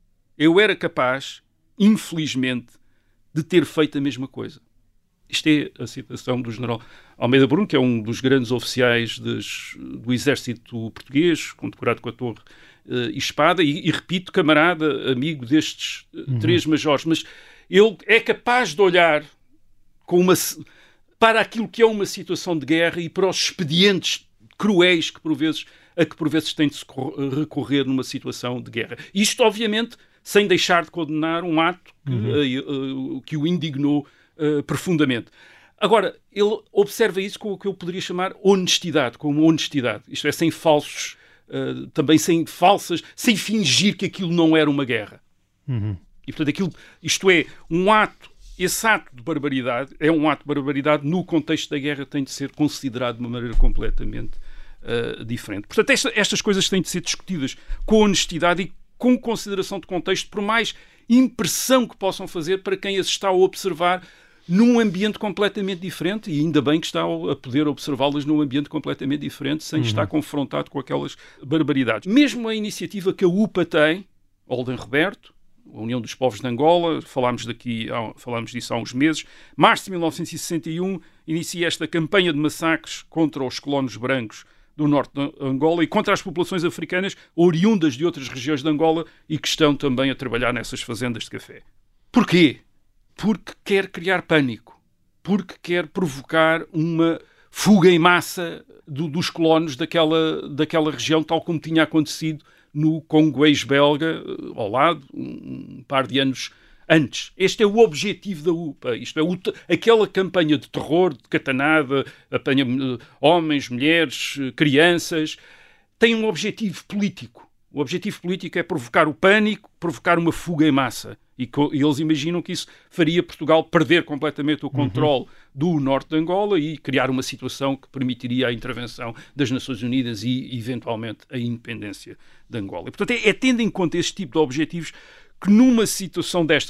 eu era capaz, infelizmente, de ter feito a mesma coisa. Isto é a citação do general Almeida Bruno, que é um dos grandes oficiais des, do exército português, condecorado com a Torre Uh, e espada, e, e repito, camarada, amigo destes uh, uhum. três majores, mas ele é capaz de olhar com uma, para aquilo que é uma situação de guerra e para os expedientes cruéis que por vezes, a que por vezes tem de se recorrer numa situação de guerra. Isto, obviamente, sem deixar de condenar um ato que, uhum. uh, uh, que o indignou uh, profundamente. Agora, ele observa isso com o que eu poderia chamar honestidade, com uma honestidade, isto é, sem falsos Uh, também sem falsas, sem fingir que aquilo não era uma guerra. Uhum. E, portanto, aquilo, isto é, um ato, esse ato de barbaridade, é um ato de barbaridade, no contexto da guerra tem de ser considerado de uma maneira completamente uh, diferente. Portanto, esta, estas coisas têm de ser discutidas com honestidade e com consideração de contexto, por mais impressão que possam fazer para quem as está a observar num ambiente completamente diferente, e ainda bem que está a poder observá-las num ambiente completamente diferente, sem uhum. estar confrontado com aquelas barbaridades. Mesmo a iniciativa que a U P A tem, Olden Roberto, a União dos Povos de Angola, falámos, daqui, falámos disso há uns meses, março de mil novecentos e sessenta e um, inicia esta campanha de massacres contra os colonos brancos do norte de Angola e contra as populações africanas oriundas de outras regiões de Angola e que estão também a trabalhar nessas fazendas de café. Porquê? Porque quer criar pânico, porque quer provocar uma fuga em massa do, dos colonos daquela, daquela região, tal como tinha acontecido no Congoês belga, ao lado, um, um par de anos antes. Este é o objetivo da U P A, isto é, o, aquela campanha de terror, de catanada, apanha homens, mulheres, crianças, tem um objetivo político. O objetivo político é provocar o pânico, provocar uma fuga em massa. E, e eles imaginam que isso faria Portugal perder completamente o controle uhum. do norte de Angola e criar uma situação que permitiria a intervenção das Nações Unidas e, eventualmente, a independência de Angola. E, portanto, é, é tendo em conta este tipo de objetivos que numa situação destas,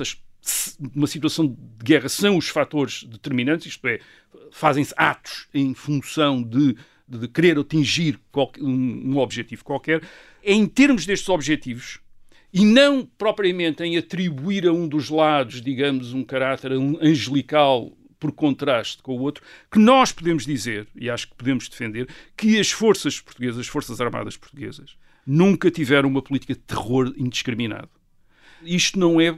uma situação de guerra são os fatores determinantes, isto é, fazem-se atos em função de, de querer atingir qualquer, um, um objetivo qualquer, é em termos destes objetivos, e não propriamente em atribuir a um dos lados, digamos, um caráter angelical por contraste com o outro, que nós podemos dizer, e acho que podemos defender, que as forças portuguesas, as Forças Armadas Portuguesas, nunca tiveram uma política de terror indiscriminado. Isto não é,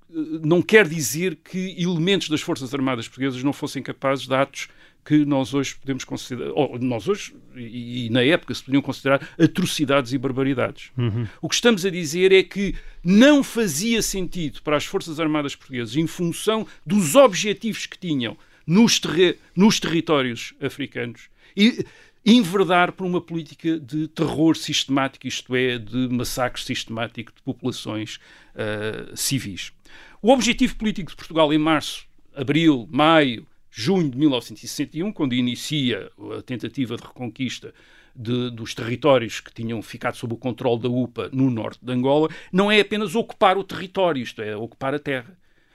não quer dizer que elementos das Forças Armadas Portuguesas não fossem capazes de atos que nós hoje podemos considerar, ou nós hoje, e, e na época se podiam considerar atrocidades e barbaridades. Uhum. O que estamos a dizer é que não fazia sentido para as Forças Armadas Portuguesas, em função dos objetivos que tinham nos, terri- nos territórios africanos, e enverdar por uma política de terror sistemático, isto é, de massacre sistemático de populações uh, civis. O objetivo político de Portugal em março, abril, maio, junho de mil novecentos e sessenta e um, quando inicia a tentativa de reconquista de, dos territórios que tinham ficado sob o controle da U P A no norte de Angola, não é apenas ocupar o território, isto é, ocupar a terra.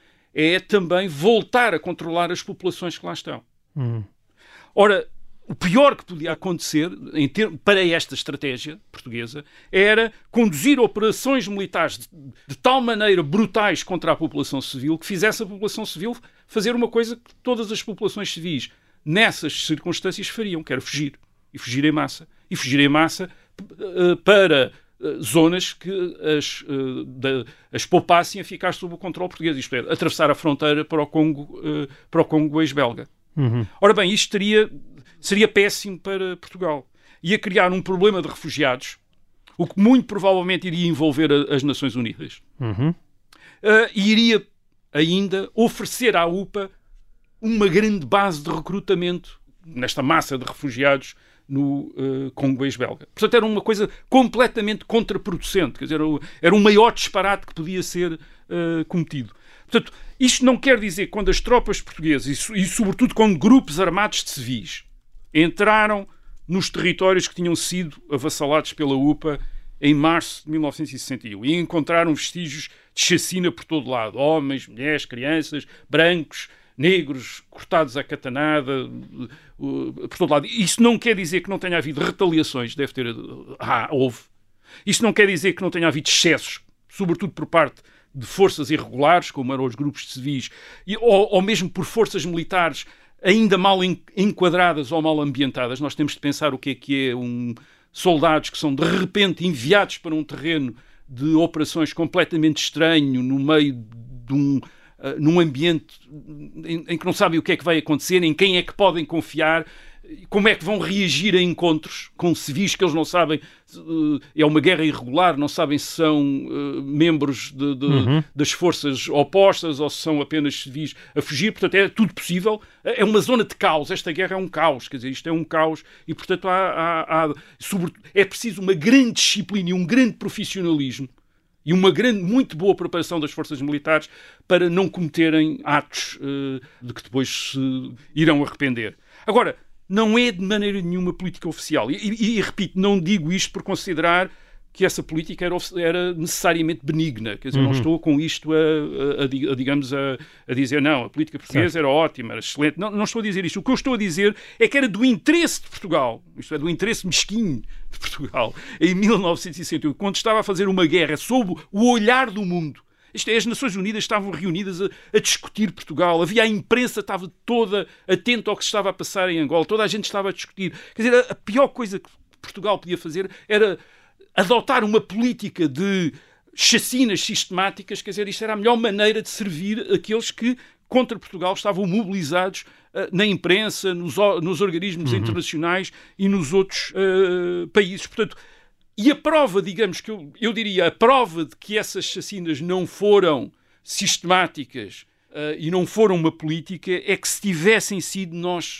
É também voltar a controlar as populações que lá estão. Uhum. Ora, o pior que podia acontecer em ter, para esta estratégia portuguesa era conduzir operações militares de, de tal maneira brutais contra a população civil que fizesse a população civil fazer uma coisa que todas as populações civis nessas circunstâncias fariam, que era fugir. E fugir em massa. E fugir em massa uh, para uh, zonas que as, uh, da, as poupassem a ficar sob o controle português. Isto é, atravessar a fronteira para o Congo, uh, para o Congo ex-belga. Uhum. Ora bem, isto teria... seria péssimo para Portugal. Ia criar um problema de refugiados, o que muito provavelmente iria envolver a, as Nações Unidas. Uhum. Uh, e iria ainda oferecer à U P A uma grande base de recrutamento nesta massa de refugiados no uh, Congo ex-belga. Portanto, era uma coisa completamente contraproducente. Quer dizer, era o maior disparate que podia ser uh, cometido. Portanto, isto não quer dizer que quando as tropas portuguesas, e, e sobretudo quando grupos armados de civis, entraram nos territórios que tinham sido avassalados pela U P A em março de mil novecentos e sessenta e um e encontraram vestígios de chacina por todo lado. Homens, mulheres, crianças, brancos, negros, cortados à catanada, por todo lado. Isso não quer dizer que não tenha havido retaliações, deve ter... Ah, houve. Isso não quer dizer que não tenha havido excessos, sobretudo por parte de forças irregulares, como eram os grupos de civis, e, ou, ou mesmo por forças militares ainda mal enquadradas ou mal ambientadas. Nós temos de pensar o que é que é um soldados que são de repente enviados para um terreno de operações completamente estranho, no meio de um, uh, num ambiente em, em que não sabem o que é que vai acontecer, em quem é que podem confiar, como é que vão reagir a encontros com civis que eles não sabem, uh, é uma guerra irregular, não sabem se são uh, membros de, de, uhum. das forças opostas ou se são apenas civis a fugir. Portanto, é tudo possível. É uma zona de caos. Esta guerra é um caos. Quer dizer, isto é um caos e, portanto, há, há, há, sobretudo, é preciso uma grande disciplina e um grande profissionalismo e uma grande, muito boa preparação das forças militares para não cometerem atos uh, de que depois se irão arrepender. Agora, não é de maneira nenhuma política oficial. E, e, e repito, não digo isto por considerar que essa política era, era necessariamente benigna. Quer dizer, uhum. não estou com isto a, a, a, a digamos, a, a dizer não, a política portuguesa certo. Era ótima, era excelente. Não, não estou a dizer isto. O que eu estou a dizer é que era do interesse de Portugal, isto é, do interesse mesquinho de Portugal, em mil novecentos e sessenta e oito, quando estava a fazer uma guerra sob o olhar do mundo. Isto é, as Nações Unidas estavam reunidas a, a discutir Portugal. Havia a imprensa, estava toda atenta ao que se estava a passar em Angola. Toda a gente estava a discutir. Quer dizer, a, a pior coisa que Portugal podia fazer era adotar uma política de chacinas sistemáticas. Quer dizer, isto era a melhor maneira de servir aqueles que contra Portugal estavam mobilizados uh, na imprensa, nos, nos organismos uhum. internacionais e nos outros uh, países. Portanto, e a prova, digamos que eu, eu diria, a prova de que essas chacinas não foram sistemáticas uh, e não foram uma política é que se tivessem sido, nós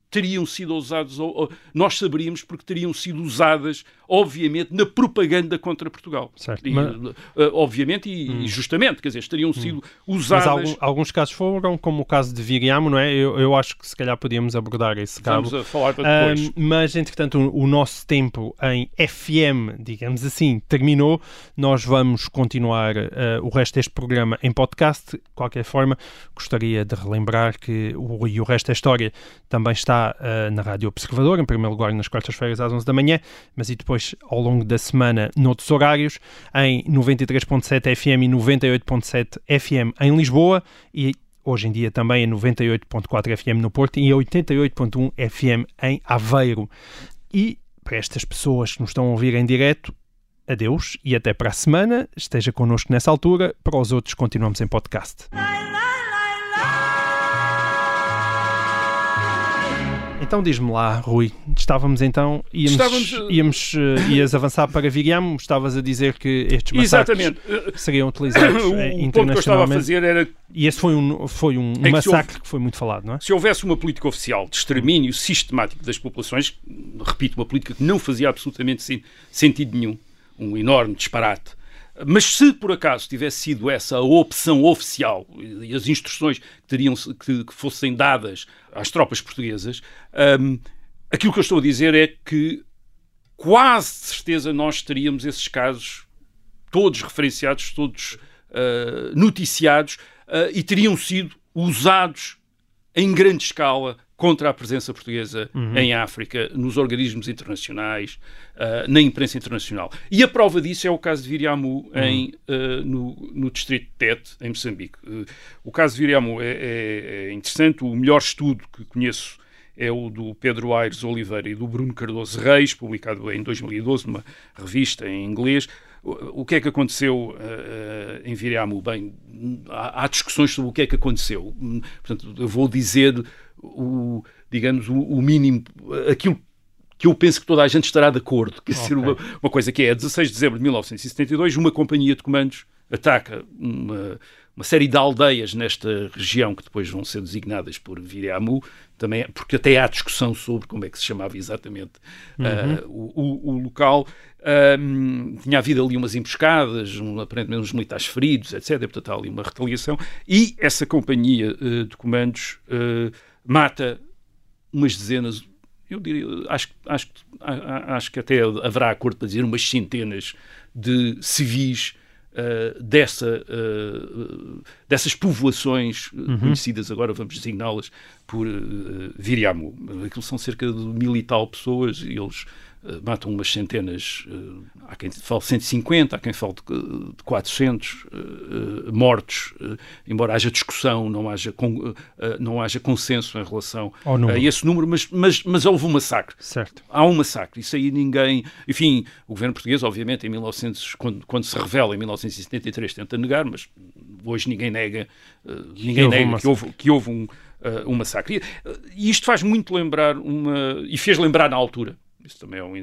teriam sido usados, ou, ou, nós saberíamos porque teriam sido usadas, obviamente, na propaganda contra Portugal. Certo. E, Mas... uh, obviamente e, hum. e justamente, quer dizer, teriam sido hum. usadas... Mas algum, alguns casos foram, como o caso de Viriamo, não é? Eu, eu acho que se calhar podíamos abordar esse cabo. Vamos a falar para depois. Um, mas, entretanto, o, o nosso tempo em F M, digamos assim, terminou. Nós vamos continuar uh, o resto deste programa em podcast. De qualquer forma, gostaria de relembrar que o, e o resto da história também está uh, na Rádio Observador, em primeiro lugar nas quartas-feiras às onze da manhã, mas e depois ao longo da semana noutros horários, em noventa e três ponto sete F M e noventa e oito ponto sete F M em Lisboa, e hoje em dia também em noventa e oito ponto quatro F M no Porto e oitenta e oito ponto um F M em Aveiro. E para estas pessoas que nos estão a ouvir em direto, adeus e até para a semana. Esteja connosco nessa altura. Para os outros, continuamos em podcast. Então diz-me lá, Rui, estávamos então, íamos, estávamos, íamos, uh, ias avançar para Viriamo, estavas a dizer que estes massacres exatamente. seriam utilizados o, eh, internacionalmente. O ponto que eu estava a fazer era... E esse foi um, foi um é massacre que, houve, que foi muito falado, não é? Se houvesse uma política oficial de extermínio sistemático das populações, repito, uma política que não fazia absolutamente sim, sentido nenhum, um enorme disparate. Mas se por acaso tivesse sido essa a opção oficial e as instruções que, teriam, que, que fossem dadas às tropas portuguesas, um, aquilo que eu estou a dizer é que quase de certeza nós teríamos esses casos todos referenciados, todos uh, noticiados uh, e teriam sido usados em grande escala contra a presença portuguesa uhum. em África, nos organismos internacionais, uh, na imprensa internacional. E a prova disso é o caso de Viriamo uhum. em, uh, no, no distrito de Tete, em Moçambique. Uh, o caso de Viriamo é, é, é interessante. O melhor estudo que conheço é o do Pedro Aires Oliveira e do Bruno Cardoso Reis, publicado em dois mil e doze numa revista em inglês. O que é que aconteceu uh, em Viriamo? Bem, há, há discussões sobre o que é que aconteceu. Portanto, eu vou dizer o, digamos, o, o mínimo, aquilo que eu penso que toda a gente estará de acordo. Quer dizer, okay. uma, uma coisa que é, a dezasseis de dezembro de mil novecentos e setenta e dois, uma companhia de comandos ataca uma, uma série de aldeias nesta região que depois vão ser designadas por Viriamo, também, porque até há discussão sobre como é que se chamava exatamente uhum. uh, o, o, o local. Um, tinha havido ali umas emboscadas, um, aparentemente uns militares feridos, etcétera. Portanto, há ali uma retaliação. E essa companhia uh, de comandos uh, mata umas dezenas, eu diria, acho, acho, acho que até haverá acordo para dizer umas centenas de civis uh, dessa, uh, dessas povoações uhum. conhecidas, agora vamos designá-las por uh, Viriamo. Aquilo são cerca de mil e tal pessoas e eles Uh, matam umas centenas, uh, há quem fale cento e cinquenta, há quem fale de, de quatrocentos uh, uh, mortos, uh, embora haja discussão, não haja, con, uh, não haja consenso em relação a esse número, mas, mas, mas houve um massacre. Certo. Há um massacre, isso aí ninguém... Enfim, o governo português, obviamente, em mil e novecentos, quando, quando se revela em mil novecentos e setenta e três, tenta negar, mas hoje ninguém nega, uh, ninguém nega um que, houve, que houve um, uh, um massacre. E, uh, e isto faz muito lembrar, uma, e fez lembrar na altura, isso também é, um,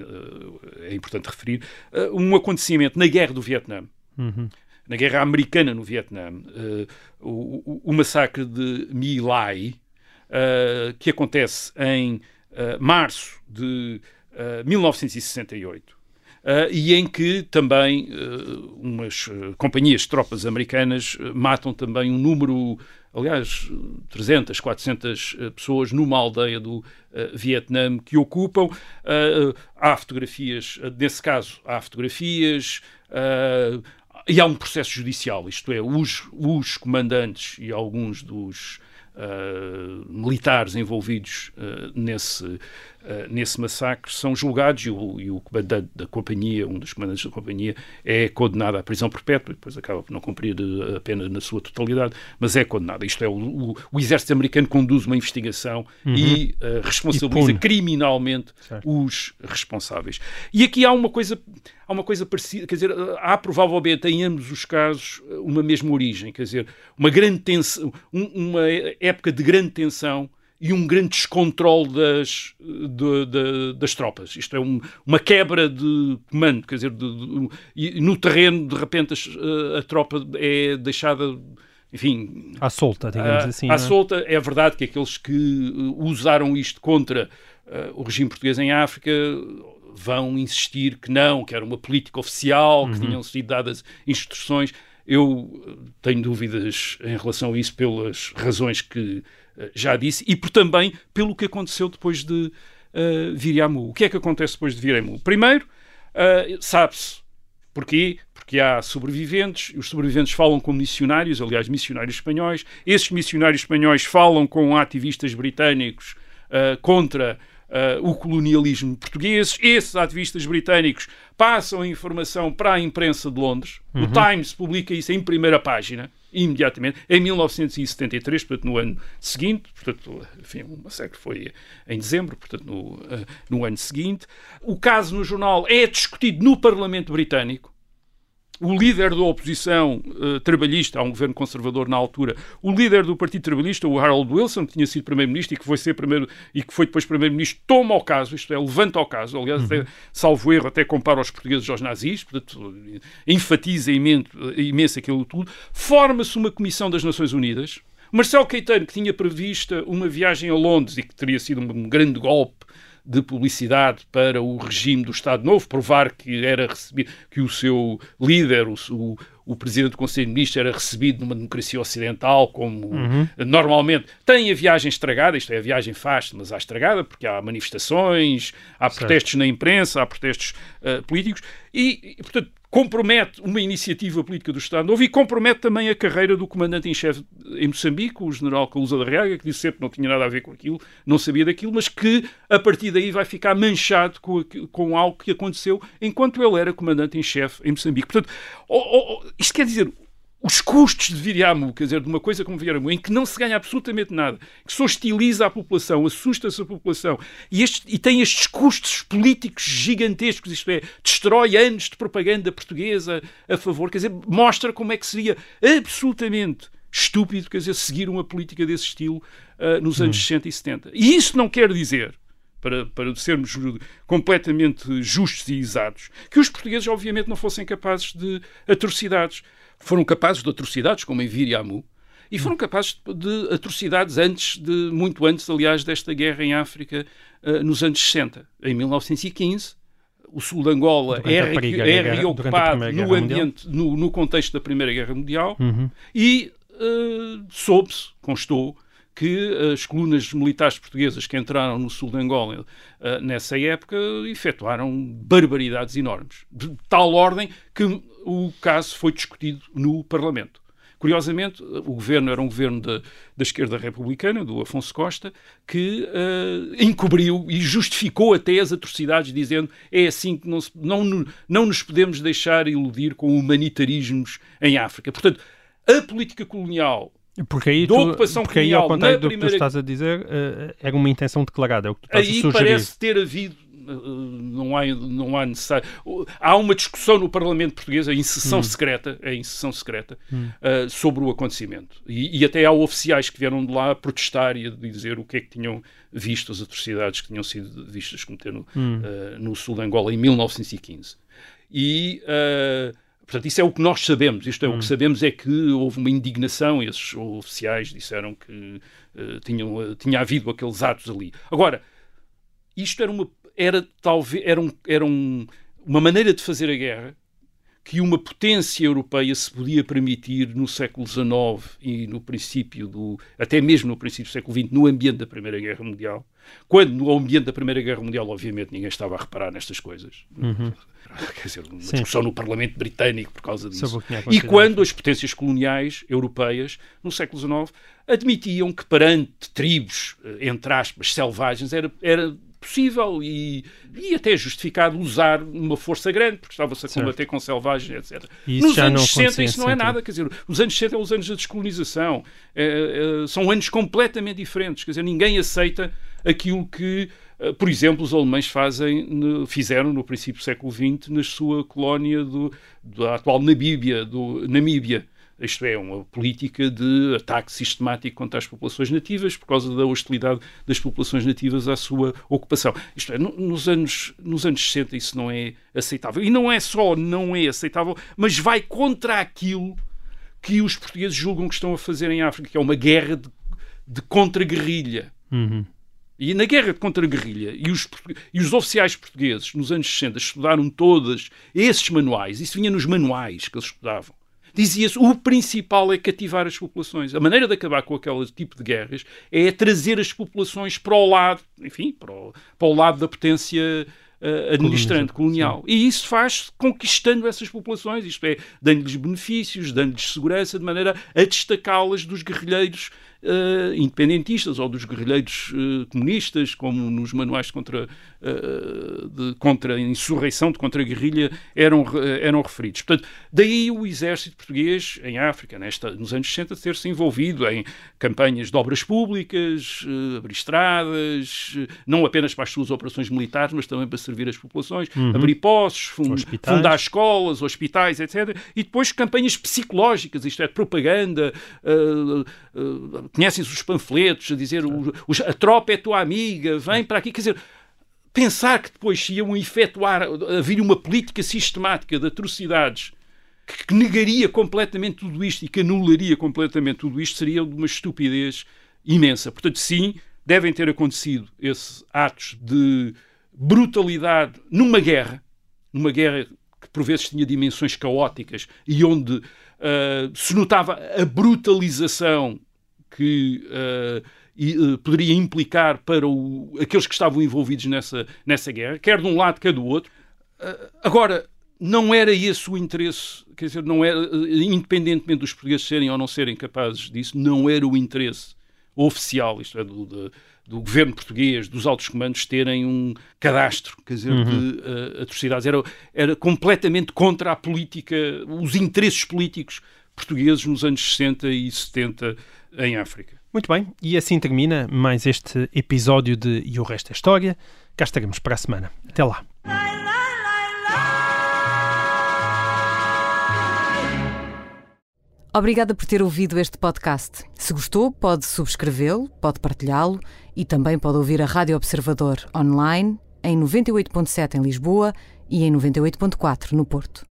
é importante referir, uh, um acontecimento na Guerra do Vietnã, uhum. na Guerra Americana no Vietnã, uh, o, o, o massacre de My Lai, uh, que acontece em uh, março de uh, mil novecentos e sessenta e oito, uh, e em que também uh, umas uh, companhias de tropas americanas uh, matam também um número... aliás, trezentas, quatrocentas pessoas numa aldeia do uh, Vietnã que ocupam. Uh, há fotografias, nesse caso, há fotografias uh, e há um processo judicial, isto é, os, os comandantes e alguns dos uh, militares envolvidos uh, nesse, uh, nesse massacre são julgados e o, e o comandante da companhia, um dos comandantes da companhia, é condenado à prisão perpétua e depois acaba por não cumprir a pena na sua totalidade, mas é condenado. Isto é, o, o, o exército americano conduz uma investigação uhum. e uh, responsabiliza e criminalmente certo. Os responsáveis. E aqui há uma coisa... Há uma coisa parecida, quer dizer, há provavelmente em ambos os casos uma mesma origem, quer dizer, uma grande tensão, um, uma época de grande tensão e um grande descontrole das, de, de, das tropas. Isto é um, uma quebra de comando, quer dizer, de, de, e no terreno, de repente, a, a tropa é deixada, enfim... À solta, digamos assim. À é? solta, é verdade que aqueles que usaram isto contra uh, o regime português em África vão insistir que não, que era uma política oficial, que uhum. tinham sido dadas instruções. Eu tenho dúvidas em relação a isso pelas razões que uh, já disse e por, também pelo que aconteceu depois de uh, Viriamu. O que é que acontece depois de Viriamu? Primeiro, uh, sabe-se porquê? Porque há sobreviventes, os sobreviventes falam com missionários, aliás, missionários espanhóis. Esses missionários espanhóis falam com ativistas britânicos uh, contra uh, o colonialismo português. Esses ativistas britânicos passam a informação para a imprensa de Londres. Uhum. O Times publica isso em primeira página, imediatamente, em mil novecentos e setenta e três, portanto, no ano seguinte. Portanto, enfim, o massacre foi em dezembro, portanto, no, uh, no ano seguinte. O caso no jornal é discutido no Parlamento Britânico. O líder da oposição uh, trabalhista, há um governo conservador na altura, o líder do Partido Trabalhista, o Harold Wilson, que tinha sido primeiro-ministro e que foi ser primeiro e que foi depois primeiro-ministro, toma o caso, isto é, levanta o caso, aliás, uhum. até, salvo erro, até compara os portugueses aos nazis, portanto, enfatiza imenso, imenso aquilo tudo. Forma-se uma comissão das Nações Unidas. Marcelo Caetano, que tinha prevista uma viagem a Londres e que teria sido um grande golpe de publicidade para o regime do Estado Novo, provar que era recebido, que o seu líder, o, o, o presidente do Conselho de Ministros, era recebido numa democracia ocidental, como uhum. normalmente tem a viagem estragada, isto é, a viagem faz-se, mas há estragada, porque há manifestações, há certo. protestos na imprensa, há protestos uh, políticos, e, e, portanto, compromete uma iniciativa política do Estado Novo e compromete também a carreira do comandante-em-chefe em Moçambique, o general Calusa da Reaga, que disse sempre que não tinha nada a ver com aquilo, não sabia daquilo, mas que a partir daí vai ficar manchado com, com algo que aconteceu enquanto ele era comandante-em-chefe em Moçambique. Portanto, oh, oh, isto quer dizer, os custos de Viriamu, quer dizer, de uma coisa como Viriamu, em que não se ganha absolutamente nada, que se hostiliza a população, assusta-se a população, e, este, e tem estes custos políticos gigantescos, isto é, destrói anos de propaganda portuguesa a favor, quer dizer, mostra como é que seria absolutamente estúpido, quer dizer, seguir uma política desse estilo uh, nos anos hum. sessenta e setenta. E isso não quer dizer, para, para sermos completamente justos e exatos, que os portugueses, obviamente, não fossem capazes de atrocidades. Foram capazes de atrocidades, como em Viriamu, e foram capazes de atrocidades antes, de, muito antes, aliás, desta guerra em África, uh, nos anos sessenta. Em mil novecentos e quinze, o sul de Angola é, é reocupado no ambiente, no, no contexto da Primeira Guerra Mundial, uhum. e uh, soube-se, constou, que as colunas militares portuguesas que entraram no sul de Angola uh, nessa época efetuaram barbaridades enormes. De tal ordem que o caso foi discutido no Parlamento. Curiosamente, o governo era um governo da, da esquerda republicana, do Afonso Costa, que uh, encobriu e justificou até as atrocidades, dizendo é assim que não, se, não, não nos podemos deixar iludir com humanitarismos em África. Portanto, a política colonial Porque aí, tu, porque aí ao contrário do primeira... que tu estás a dizer, uh, era uma intenção declarada, é o que tu estás aí a sugerir. Parece ter havido, uh, não há, não há necessário... Uh, há uma discussão no Parlamento português, em sessão hum. secreta, em sessão secreta hum. uh, sobre o acontecimento. E, e até há oficiais que vieram de lá protestar e a dizer o que é que tinham visto, as atrocidades que tinham sido vistas cometer no, hum. uh, no sul de Angola em mil novecentos e quinze. E... Uh, Portanto, isso é o que nós sabemos. Isto é, hum. o que sabemos é que houve uma indignação, esses oficiais disseram que uh, tinham, uh, tinha havido aqueles atos ali. Agora, isto era uma, era, talvez, era um, era um, uma maneira de fazer a guerra que uma potência europeia se podia permitir no século dezenove e no princípio do, até mesmo no princípio do século vinte, no ambiente da Primeira Guerra Mundial, quando no ambiente da Primeira Guerra Mundial, obviamente, ninguém estava a reparar nestas coisas. Uhum. Quer dizer, uma Sim. discussão no Parlamento Britânico por causa disso. E quando as potências coloniais europeias, no século dezenove, admitiam que perante tribos, entre aspas, selvagens, era, era possível e, e até justificado usar uma força grande, porque estava-se a combater certo. com selvagens, etcétera. Nos anos sessenta isso não é nada, quer dizer, os anos sessenta são os anos da descolonização, é, é, são anos completamente diferentes, quer dizer, ninguém aceita aquilo que, por exemplo, os alemães fazem, fizeram no princípio do século vinte na sua colónia do, da atual Namíbia, do, Namíbia. Isto é, uma política de ataque sistemático contra as populações nativas por causa da hostilidade das populações nativas à sua ocupação. Isto é, nos anos, nos anos sessenta isso não é aceitável. E não é só não é aceitável, mas vai contra aquilo que os portugueses julgam que estão a fazer em África, que é uma guerra de, de contra-guerrilha. Uhum. E na guerra de contra-guerrilha, e os, e os oficiais portugueses, nos anos sessenta, estudaram todos esses manuais, isso vinha nos manuais que eles estudavam. Dizia-se, o principal é cativar as populações. A maneira de acabar com aquele tipo de guerras é trazer as populações para o lado, enfim, para o, para o lado da potência uh, administrante, colonial. Sim. E isso faz conquistando essas populações, isto é, dando-lhes benefícios, dando-lhes segurança, de maneira a destacá-las dos guerrilheiros Uh, independentistas ou dos guerrilheiros uh, comunistas, como nos manuais de contra, uh, de contra a insurreição, de contra-guerrilha, eram, uh, eram referidos. Portanto, daí o exército português em África, nesta, nos anos sessenta, ter-se envolvido em campanhas de obras públicas, uh, abrir estradas, uh, não apenas para as suas operações militares, mas também para servir as populações, uhum. abrir postos, fund, fundar escolas, hospitais, etcétera. E depois campanhas psicológicas, isto é, de propaganda, uh, uh, conhecem-se os panfletos a dizer o, os, a tropa é tua amiga, vem para aqui. Quer dizer, pensar que depois se iam efetuar, havia uma política sistemática de atrocidades que, que negaria completamente tudo isto e que anularia completamente tudo isto, seria de uma estupidez imensa. Portanto, sim, devem ter acontecido esses atos de brutalidade numa guerra, numa guerra que por vezes tinha dimensões caóticas e onde uh, se notava a brutalização que uh, e, uh, poderia implicar para o, aqueles que estavam envolvidos nessa, nessa guerra, quer de um lado, quer do outro. Uh, agora, não era esse o interesse, quer dizer, não era, uh, independentemente dos portugueses serem ou não serem capazes disso, não era o interesse oficial, isto é, do, do, do governo português, dos altos comandos, terem um cadastro, quer dizer, uhum. de uh, atrocidades. Era, era completamente contra a política, os interesses políticos portugueses nos anos sessenta e setenta em África. Muito bem, e assim termina mais este episódio de E o Resto é História. Cá estaremos para a semana. Até lá. Obrigada por ter ouvido este podcast. Se gostou, pode subscrevê-lo, pode partilhá-lo e também pode ouvir a Rádio Observador online em noventa e oito ponto sete em Lisboa e em noventa e oito ponto quatro no Porto.